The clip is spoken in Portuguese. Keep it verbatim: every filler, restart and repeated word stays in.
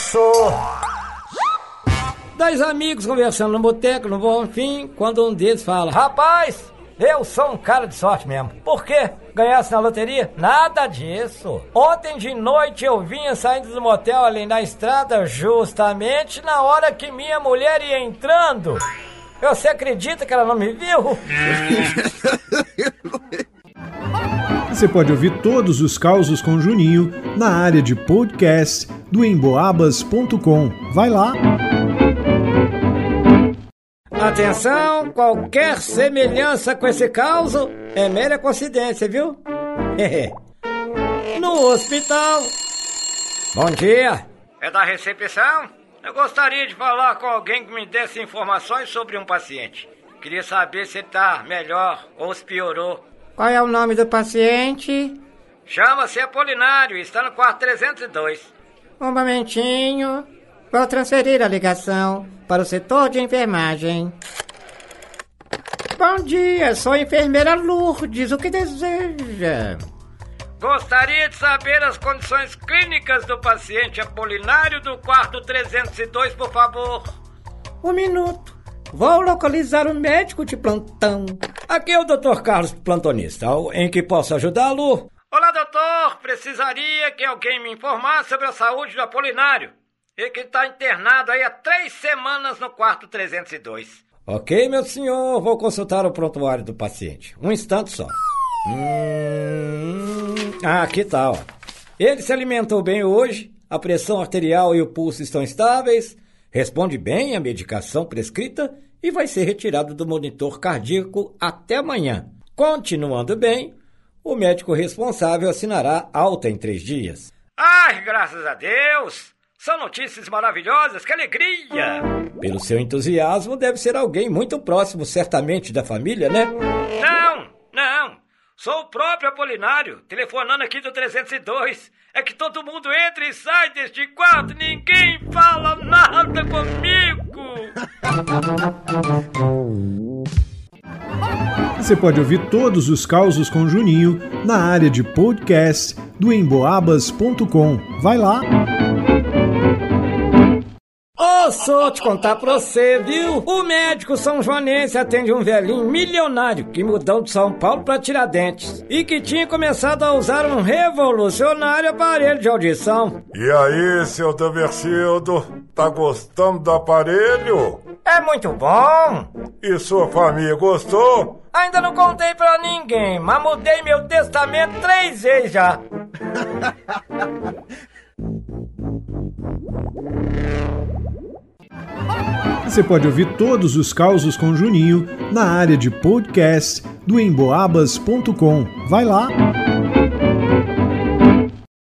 sou. Dois amigos conversando no boteco, no bom fim, quando um deles fala: rapaz, eu sou um cara de sorte mesmo. Por quê? Ganhasse na loteria? Nada disso. Ontem de noite eu vinha saindo do motel ali na estrada, justamente na hora que minha mulher ia entrando. Você acredita que ela não me viu? Você pode ouvir todos os causos com Juninho na área de podcast do emboabas ponto com. Vai lá! Atenção, qualquer semelhança com esse caso é mera coincidência, viu? No hospital. Bom dia. É da recepção? Eu gostaria de falar com alguém que me desse informações sobre um paciente. Queria saber se ele tá melhor ou se piorou. Qual é o nome do paciente? Chama-se Apolinário e está no quarto trezentos e dois. Um momentinho. Vou transferir a ligação para o setor de enfermagem. Bom dia, sou a enfermeira Lourdes. O que deseja? Gostaria de saber as condições clínicas do paciente Apolinário do quarto trezentos e dois, por favor. Um minuto. Vou localizar o médico de plantão. Aqui é o doutor Carlos, plantonista. Em que posso ajudá-lo? Olá, doutor. Precisaria que alguém me informasse sobre a saúde do Apolinário. Ele que está internado aí há três semanas no quarto trezentos e dois. Ok, meu senhor. Vou consultar o prontuário do paciente. Um instante só. Hum... Ah, aqui tá, ó. Ele se alimentou bem hoje. A pressão arterial e o pulso estão estáveis. Responde bem à medicação prescrita e vai ser retirado do monitor cardíaco até amanhã. Continuando bem, o médico responsável assinará alta em três dias. Ai, graças a Deus! São notícias maravilhosas, que alegria! Pelo seu entusiasmo, deve ser alguém muito próximo, certamente, da família, né? Não, não! Sou o próprio Apolinário, telefonando aqui do trezentos e dois. É que todo mundo entra e sai deste quarto, ninguém fala nada comigo! Você pode ouvir todos os causos com Juninho na área de podcast do emboabas ponto com. Vai lá! Ô, só te contar pra você, viu? O médico São Joanense atende um velhinho milionário que mudou de São Paulo pra Tiradentes e que tinha começado a usar um revolucionário aparelho de audição. E aí, seu Davercildo, tá gostando do aparelho? É muito bom! E sua família gostou? Ainda não contei pra ninguém, mas mudei meu testamento três vezes já. Você pode ouvir todos os causos com Juninho na área de podcast do emboabas ponto com. Vai lá!